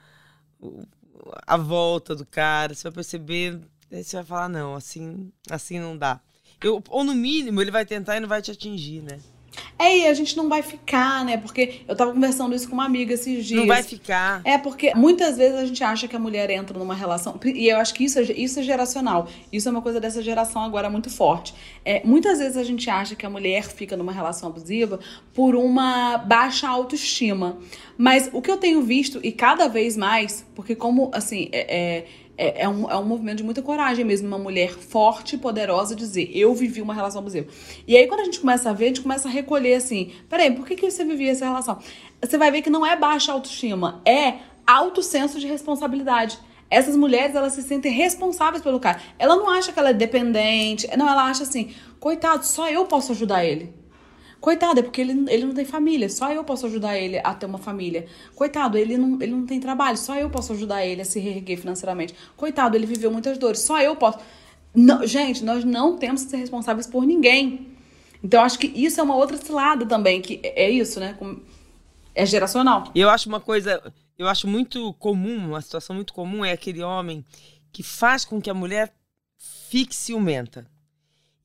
Speaker 1: a volta do cara. Você vai perceber... Você vai falar, não, assim não dá. Ou no mínimo, ele vai tentar e não vai te atingir, né?
Speaker 4: E a gente não vai ficar, né? Porque eu tava conversando isso com uma amiga esses dias.
Speaker 1: Não vai ficar.
Speaker 4: Porque muitas vezes a gente acha que a mulher entra numa relação... E eu acho que isso é geracional. Isso é uma coisa dessa geração agora muito forte. Muitas vezes a gente acha que a mulher fica numa relação abusiva por uma baixa autoestima. Mas o que eu tenho visto, e cada vez mais... Porque como, assim... É um movimento de muita coragem mesmo, uma mulher forte e poderosa dizer, eu vivi uma relação abusiva. E aí quando a gente começa a ver, a gente começa a recolher assim, peraí, por que você vivia essa relação? Você vai ver que não é baixa autoestima, é alto senso de responsabilidade. Essas mulheres, elas se sentem responsáveis pelo cara. Ela não acha que ela é dependente, não, ela acha assim, coitado, só eu posso ajudar ele. Coitado, é porque ele não tem família, só eu posso ajudar ele a ter uma família. Coitado, ele não tem trabalho, só eu posso ajudar ele a se reerguer financeiramente. Coitado, ele viveu muitas dores, só eu posso. Não, gente, nós não temos que ser responsáveis por ninguém. Então, acho que isso é uma outra cilada também, que é isso, né? É geracional.
Speaker 1: E eu acho eu acho muito comum, uma situação muito comum é aquele homem que faz com que a mulher fique ciumenta.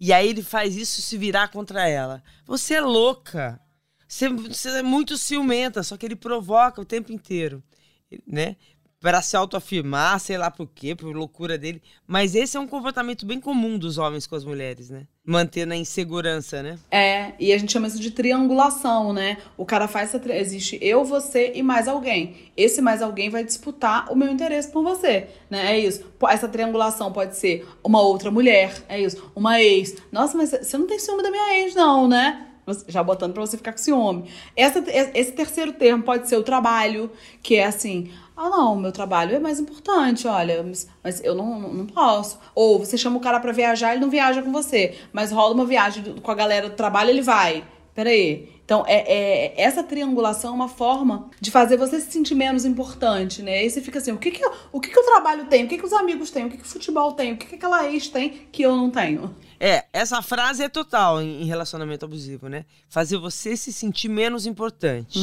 Speaker 1: E aí ele faz isso se virar contra ela. Você é louca. Você é muito ciumenta, só que ele provoca o tempo inteiro, né? Para se autoafirmar, sei lá por quê, por loucura dele. Mas esse é um comportamento bem comum dos homens com as mulheres, né? Manter na insegurança, né?
Speaker 4: E a gente chama isso de triangulação, né? O cara faz existe eu, você e mais alguém. Esse mais alguém vai disputar o meu interesse por você, né? É isso. Essa triangulação pode ser uma outra mulher, é isso. Uma ex. Nossa, mas você não tem ciúme da minha ex, não, né? Já botando pra você ficar com ciúme. Esse terceiro termo pode ser o trabalho, que é assim... não, meu trabalho é mais importante, olha, mas eu não posso. Ou você chama o cara pra viajar, ele não viaja com você, mas rola uma viagem com a galera do trabalho, ele vai. Peraí. Então, essa triangulação é uma forma de fazer você se sentir menos importante, né? Aí você fica assim, o que o trabalho tem? O que os amigos têm? O que o futebol tem? O que aquela ex tem que eu não tenho?
Speaker 1: Essa frase é total em relacionamento abusivo, né? Fazer você se sentir menos importante.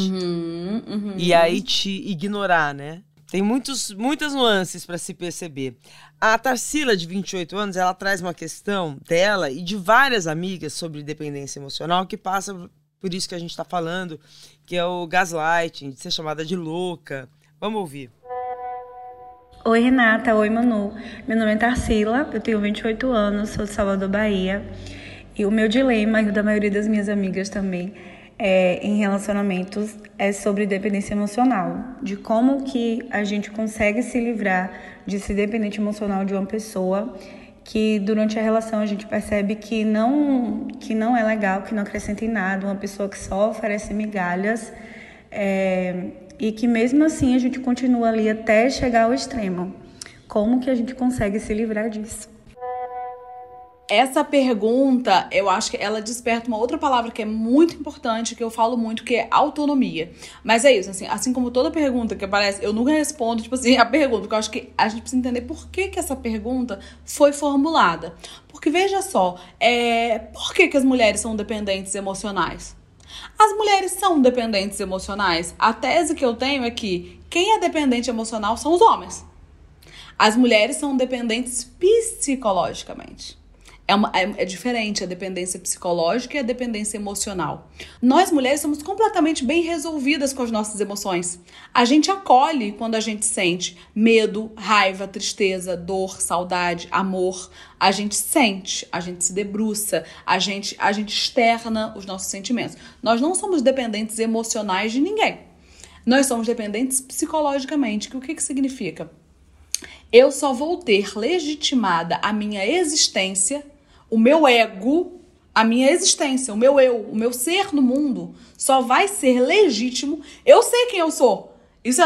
Speaker 1: E aí te ignorar, né? Tem muitas nuances para se perceber. A Tarsila, de 28 anos, ela traz uma questão dela e de várias amigas sobre dependência emocional que passa por isso que a gente está falando, que é o gaslighting, de ser chamada de louca. Vamos ouvir.
Speaker 6: Oi, Renata. Oi, Manu. Meu nome é Tarsila, eu tenho 28 anos, sou de Salvador, Bahia. E o meu dilema, e o da maioria das minhas amigas também, em relacionamentos, é sobre dependência emocional. De como que a gente consegue se livrar de ser dependente emocional de uma pessoa que durante a relação a gente percebe que não é legal, que não acrescenta em nada, uma pessoa que só oferece migalhas, e que mesmo assim a gente continua ali até chegar ao extremo. Como que a gente consegue se livrar disso?
Speaker 4: Essa pergunta, eu acho que ela desperta uma outra palavra que é muito importante, que eu falo muito, que é autonomia. Mas é isso, assim como toda pergunta que aparece, eu nunca respondo, a pergunta, porque eu acho que a gente precisa entender por que essa pergunta foi formulada. Porque, veja só, por que as mulheres são dependentes emocionais? As mulheres são dependentes emocionais. A tese que eu tenho é que quem é dependente emocional são os homens. As mulheres são dependentes psicologicamente. É diferente a dependência psicológica e a dependência emocional. Nós, mulheres, somos completamente bem resolvidas com as nossas emoções. A gente acolhe quando a gente sente medo, raiva, tristeza, dor, saudade, amor. A gente sente, a gente se debruça, a gente externa os nossos sentimentos. Nós não somos dependentes emocionais de ninguém. Nós somos dependentes psicologicamente. O que significa? Eu só vou ter legitimada a minha existência, o meu ego, a minha existência, o meu eu, o meu ser no mundo, só vai ser legítimo. Eu sei quem eu sou. Isso é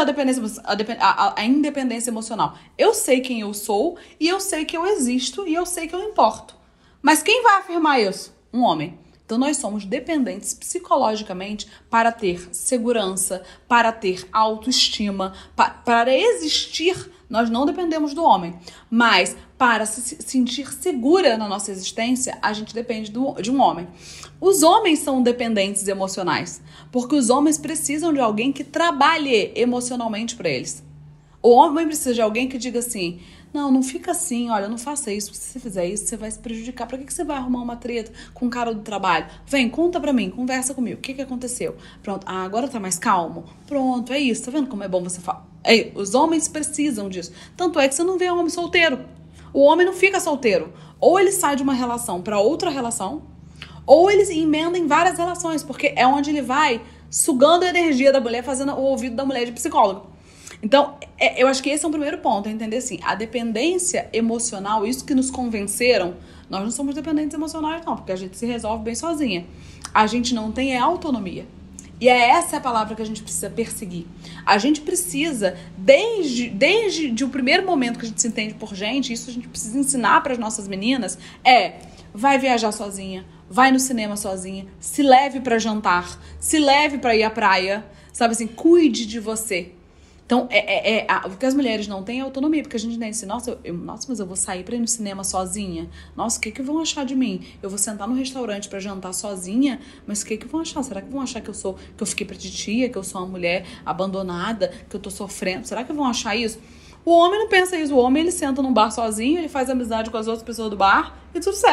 Speaker 4: a independência emocional. Eu sei quem eu sou e eu sei que eu existo e eu sei que eu importo. Mas quem vai afirmar isso? Um homem. Então, nós somos dependentes psicologicamente para ter segurança, para ter autoestima, para existir. Nós não dependemos do homem, mas para se sentir segura na nossa existência, a gente depende de um homem. Os homens são dependentes emocionais, porque os homens precisam de alguém que trabalhe emocionalmente para eles. O homem precisa de alguém que diga assim, não fica assim, olha, não faça isso, porque se você fizer isso, você vai se prejudicar. Pra que você vai arrumar uma treta com o cara do trabalho? Vem, conta pra mim, conversa comigo, o que aconteceu? Pronto, agora tá mais calmo? Pronto, é isso, tá vendo como é bom você falar? Os homens precisam disso. Tanto é que você não vê homem solteiro. O homem não fica solteiro. Ou ele sai de uma relação pra outra relação, ou ele emenda em várias relações, porque é onde ele vai sugando a energia da mulher, fazendo o ouvido da mulher de psicólogo. Então, eu acho que esse é um primeiro ponto, é entender assim, a dependência emocional, isso que nos convenceram, nós não somos dependentes emocionais não, porque a gente se resolve bem sozinha. A gente não tem autonomia. E essa a palavra que a gente precisa perseguir. A gente precisa, desde o primeiro momento que a gente se entende por gente, isso a gente precisa ensinar para as nossas meninas, vai viajar sozinha, vai no cinema sozinha, se leve para jantar, se leve para ir à praia, sabe assim, cuide de você. Então, o que as mulheres não têm é autonomia, porque a gente diz assim, nossa, mas eu vou sair pra ir no cinema sozinha? Nossa, o que vão achar de mim? Eu vou sentar no restaurante pra jantar sozinha? Mas o que vão achar? Será que vão achar que eu fiquei pra titia, que eu sou uma mulher abandonada, que eu tô sofrendo? Será que vão achar isso? O homem não pensa isso. O homem, ele senta num bar sozinho, ele faz amizade com as outras pessoas do bar e tudo certo.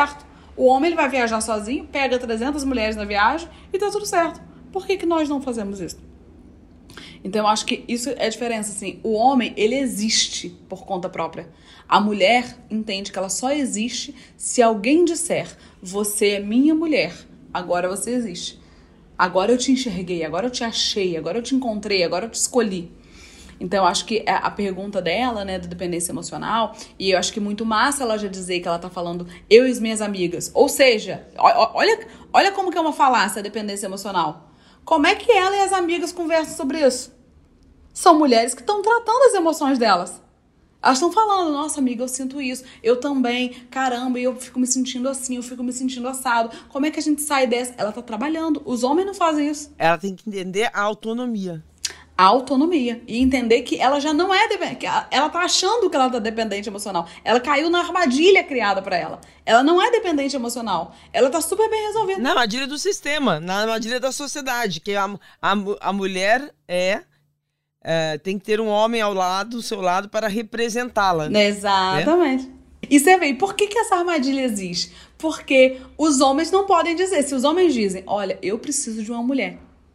Speaker 4: O homem ele vai viajar sozinho, pega 300 mulheres na viagem e tá tudo certo. Por que nós não fazemos isso? Então eu acho que isso é a diferença, assim. O homem, ele existe por conta própria. A mulher entende que ela só existe se alguém disser: você é minha mulher, agora você existe. Agora eu te enxerguei, agora eu te achei, agora eu te encontrei, agora eu te escolhi. Então, eu acho que a pergunta dela, né, da dependência emocional, e eu acho que muito massa ela já dizer que ela tá falando eu e as minhas amigas. Ou seja, olha como que é uma falácia a dependência emocional. Como é que ela e as amigas conversam sobre isso? São mulheres que estão tratando as emoções delas. Elas estão falando: nossa, amiga, eu sinto isso, eu também, caramba, eu fico me sentindo assim, eu fico me sentindo assado. Como é que a gente sai dessa? Ela tá trabalhando. Os homens não fazem isso.
Speaker 1: Ela tem que entender a autonomia.
Speaker 4: A autonomia. E entender que ela já não é dependente. Ela tá achando que ela tá dependente emocional. Ela caiu na armadilha criada pra ela. Ela não é dependente emocional. Ela tá super bem resolvida.
Speaker 1: Na armadilha do sistema, na armadilha da sociedade, que a mulher tem que ter um homem do seu lado para representá-la.
Speaker 4: Exatamente. Né? E você vê, por que essa armadilha existe? Porque os homens não podem dizer. Se os homens dizem: olha, eu preciso de uma mulher,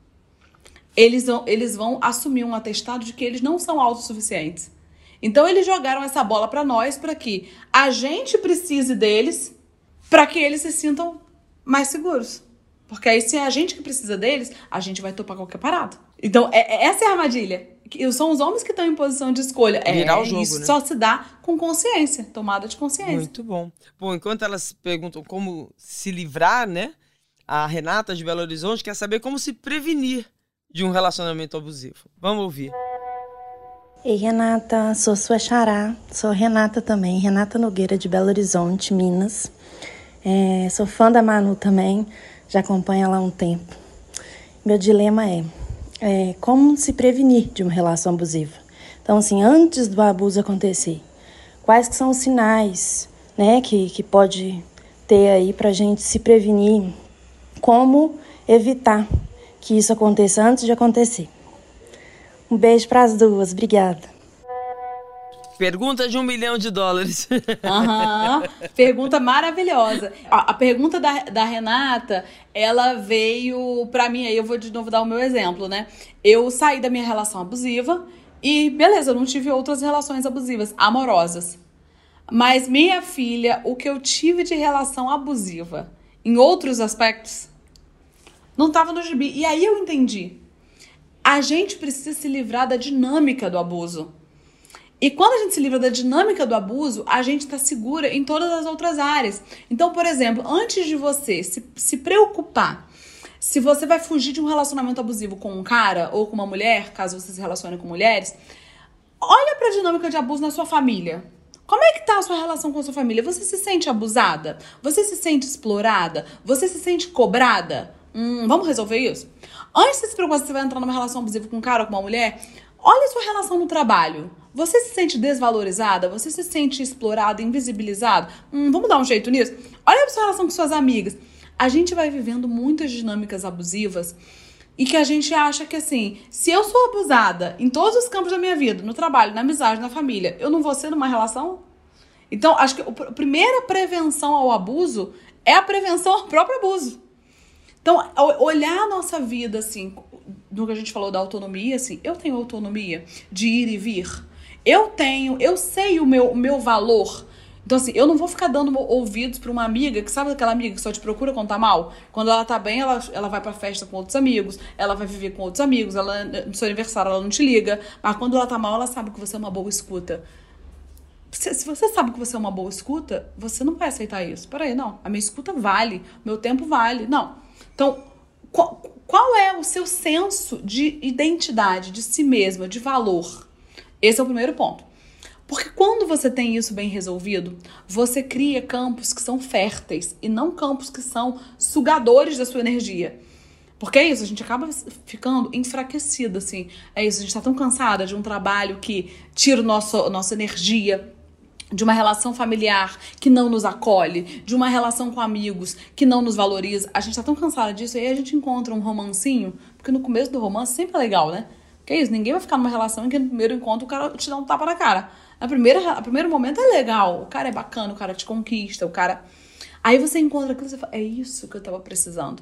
Speaker 4: eles vão assumir um atestado de que eles não são autossuficientes. Então eles jogaram essa bola para nós, para que a gente precise deles, para que eles se sintam mais seguros. Porque aí, se é a gente que precisa deles, a gente vai topar qualquer parada. Então, essa é a armadilha. São os homens que estão em posição de escolha.
Speaker 1: Virar o jogo,
Speaker 4: isso,
Speaker 1: né?
Speaker 4: Só se dá com consciência, tomada de consciência.
Speaker 1: Muito bom. Bom, enquanto elas perguntam como se livrar, né? A Renata de Belo Horizonte quer saber como se prevenir de um relacionamento abusivo. Vamos ouvir.
Speaker 7: Ei, Renata, sou sua xará, sou Renata também, Renata Nogueira de Belo Horizonte, Minas. Sou fã da Manu também, já acompanho ela há um tempo. Meu dilema é como se prevenir de uma relação abusiva. Então, assim, antes do abuso acontecer, quais que são os sinais, né, que pode ter aí pra gente se prevenir, como evitar que isso aconteça antes de acontecer. Um beijo para as duas, obrigada.
Speaker 1: Pergunta de $1 milhão.
Speaker 4: Pergunta maravilhosa. A pergunta da Renata, ela veio pra mim, aí eu vou de novo dar o meu exemplo, né? Eu saí da minha relação abusiva e, beleza, eu não tive outras relações abusivas, amorosas. Mas minha filha, o que eu tive de relação abusiva, em outros aspectos, não estava no gibi. E aí eu entendi. A gente precisa se livrar da dinâmica do abuso. E quando a gente se livra da dinâmica do abuso, a gente está segura em todas as outras áreas. Então, por exemplo, antes de você se preocupar se você vai fugir de um relacionamento abusivo com um cara ou com uma mulher, caso você se relacione com mulheres, olha para a dinâmica de abuso na sua família. Como é que tá a sua relação com a sua família? Você se sente abusada? Você se sente explorada? Você se sente cobrada? Vamos resolver isso? Antes de se preocupar se você vai entrar numa relação abusiva com um cara ou com uma mulher, olha a sua relação no trabalho. Você se sente desvalorizada? Você se sente explorada, invisibilizada? Vamos dar um jeito nisso? Olha a sua relação com suas amigas. A gente vai vivendo muitas dinâmicas abusivas e que a gente acha que, assim, se eu sou abusada em todos os campos da minha vida, no trabalho, na amizade, na família, eu não vou ser numa relação? Então, acho que a primeira prevenção ao abuso é a prevenção ao próprio abuso. Então, olhar a nossa vida, assim, no que a gente falou da autonomia, assim, eu tenho autonomia de ir e vir. Eu sei o meu valor. Então, assim, eu não vou ficar dando ouvidos pra uma amiga, que sabe aquela amiga que só te procura quando tá mal? Quando ela tá bem, ela vai pra festa com outros amigos, ela vai viver com outros amigos, no seu aniversário ela não te liga, mas quando ela tá mal, ela sabe que você é uma boa escuta. Se você sabe que você é uma boa escuta, você não vai aceitar isso. Peraí, não, a minha escuta vale, meu tempo vale, não. Então, qual é o seu senso de identidade, de si mesma, de valor? Esse é o primeiro ponto. Porque quando você tem isso bem resolvido, você cria campos que são férteis e não campos que são sugadores da sua energia. Porque é isso, a gente acaba ficando enfraquecida, assim. É isso, a gente tá tão cansada de um trabalho que tira nossa energia, de uma relação familiar que não nos acolhe, de uma relação com amigos que não nos valoriza. A gente tá tão cansada disso, e aí a gente encontra um romancinho, porque no começo do romance sempre é legal, né? Que é isso, ninguém vai ficar numa relação em que no primeiro encontro o cara te dá um tapa na cara. A primeiro momento é legal, o cara é bacana, o cara te conquista, o cara... Aí você encontra aquilo e você fala, é isso que eu tava precisando.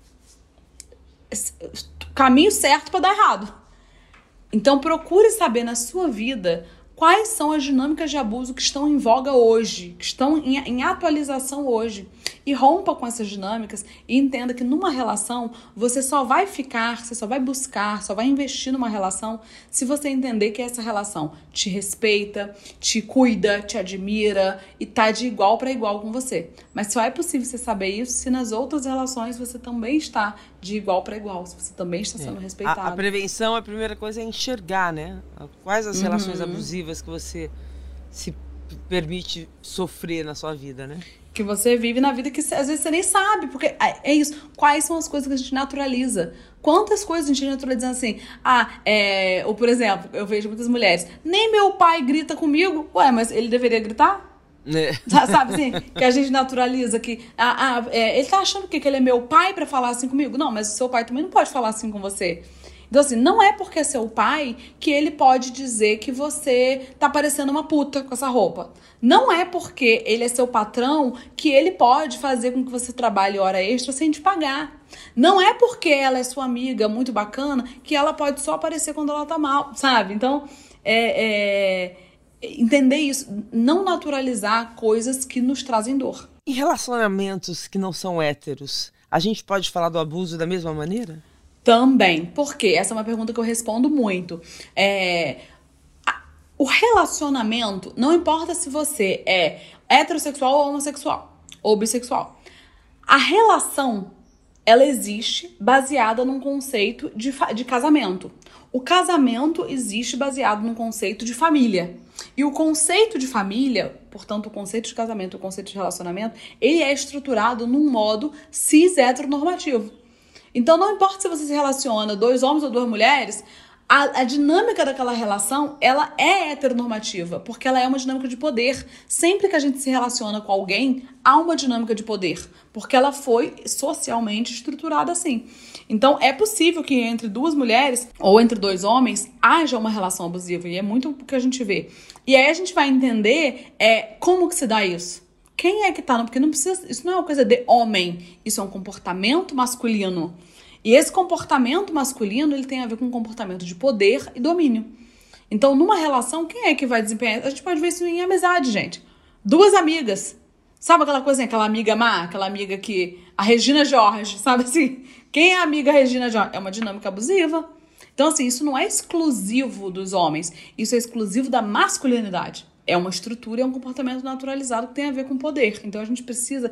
Speaker 4: Caminho certo para dar errado. Então procure saber na sua vida quais são as dinâmicas de abuso que estão em voga hoje, que estão em atualização hoje. E rompa com essas dinâmicas e entenda que numa relação você só vai ficar, você só vai buscar, só vai investir numa relação se você entender que essa relação te respeita, te cuida, te admira e tá de igual para igual com você. Mas só é possível você saber isso se nas outras relações você também está de igual para igual, se você também está sendo respeitado.
Speaker 1: A prevenção, a primeira coisa é enxergar, né? Quais as relações abusivas que você se permite sofrer na sua vida, né?
Speaker 4: Que você vive na vida que às vezes você nem sabe, porque é isso. Quais são as coisas que a gente naturaliza? Quantas coisas a gente naturaliza assim? Ou por exemplo, eu vejo muitas mulheres, nem meu pai grita comigo. Ué, mas ele deveria gritar? Sabe assim? Que a gente naturaliza que ele tá achando que ele é meu pai pra falar assim comigo? Não, mas o seu pai também não pode falar assim com você. Então, assim, não é porque é seu pai que ele pode dizer que você tá parecendo uma puta com essa roupa. Não é porque ele é seu patrão que ele pode fazer com que você trabalhe hora extra sem te pagar. Não é porque ela é sua amiga muito bacana que ela pode só aparecer quando ela tá mal, sabe? Então, entender isso. Não naturalizar coisas que nos trazem dor.
Speaker 1: Em relacionamentos que não são héteros, a gente pode falar do abuso da mesma maneira?
Speaker 4: Também, porque essa é uma pergunta que eu respondo muito. O relacionamento, não importa se você é heterossexual ou homossexual, ou bissexual. A relação, ela existe baseada num conceito de casamento. O casamento existe baseado num conceito de família. E o conceito de família, portanto, o conceito de casamento e o conceito de relacionamento, ele é estruturado num modo cis heteronormativo. Então, não importa se você se relaciona 2 homens ou 2 mulheres, a dinâmica daquela relação, ela é heteronormativa, porque ela é uma dinâmica de poder. Sempre que a gente se relaciona com alguém, há uma dinâmica de poder, porque ela foi socialmente estruturada assim. Então, é possível que entre 2 mulheres ou entre 2 homens haja uma relação abusiva, e é muito o que a gente vê. E aí a gente vai entender como que se dá isso. Quem é que tá? Porque não precisa, isso não é uma coisa de homem, isso é um comportamento masculino. E esse comportamento masculino, ele tem a ver com um comportamento de poder e domínio. Então, numa relação, quem é que vai desempenhar? A gente pode ver isso em amizade, gente. 2 amigas. Sabe aquela coisa, aquela amiga má? Aquela amiga que... A Regina Jorge, sabe assim? Quem é a amiga Regina Jorge? É uma dinâmica abusiva. Então, assim, isso não é exclusivo dos homens. Isso é exclusivo da masculinidade. É uma estrutura, é um comportamento naturalizado que tem a ver com poder. Então, a gente precisa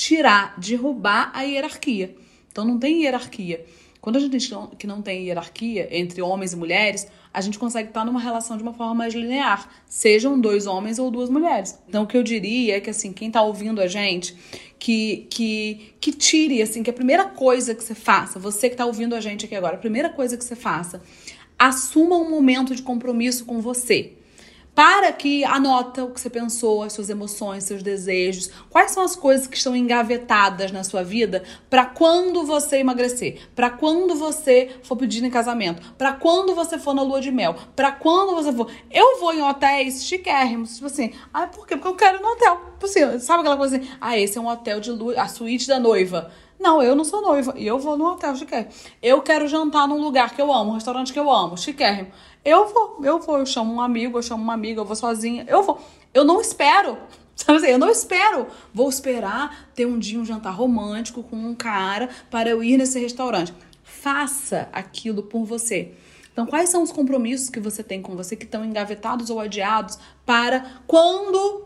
Speaker 4: derrubar a hierarquia. Então, não tem hierarquia. Quando a gente diz que não tem hierarquia entre homens e mulheres, a gente consegue estar numa relação de uma forma mais linear. Sejam 2 homens ou 2 mulheres. Então, o que eu diria é que, assim, quem está ouvindo a gente, que tire, assim, que a primeira coisa que você faça, você que está ouvindo a gente aqui agora, a primeira coisa que você faça, assuma um momento de compromisso com você. Para que anota o que você pensou, as suas emoções, seus desejos, quais são as coisas que estão engavetadas na sua vida para quando você emagrecer, para quando você for pedir em casamento, para quando você for na lua de mel, para quando você for... Eu vou em hotéis chiquérrimos, tipo assim, por quê? Porque eu quero ir no hotel. Assim, sabe aquela coisa assim, esse é um hotel de lua, a suíte da noiva. Não, eu não sou noiva e eu vou no hotel chiquérrimo. Eu quero jantar num lugar que eu amo, um restaurante que eu amo, chiquérrimo. Eu chamo um amigo, eu chamo uma amiga, eu vou sozinha, eu não espero, sabe assim, vou esperar ter um dia um jantar romântico com um cara para eu ir nesse restaurante. Faça aquilo por você. Então, quais são os compromissos que você tem com você que estão engavetados ou adiados para quando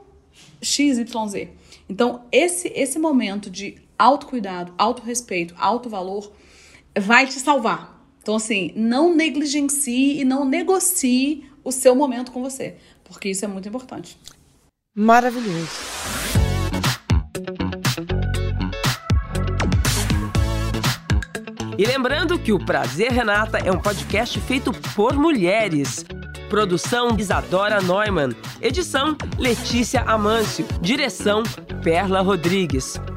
Speaker 4: XYZ? Então, esse momento de autocuidado, autorrespeito, autovalor vai te salvar. Então, assim, não negligencie e não negocie o seu momento com você, porque isso é muito importante.
Speaker 1: Maravilhoso. E lembrando que o Prazer Renata é um podcast feito por mulheres. Produção Isadora Neumann. Edição Letícia Amâncio. Direção Perla Rodrigues.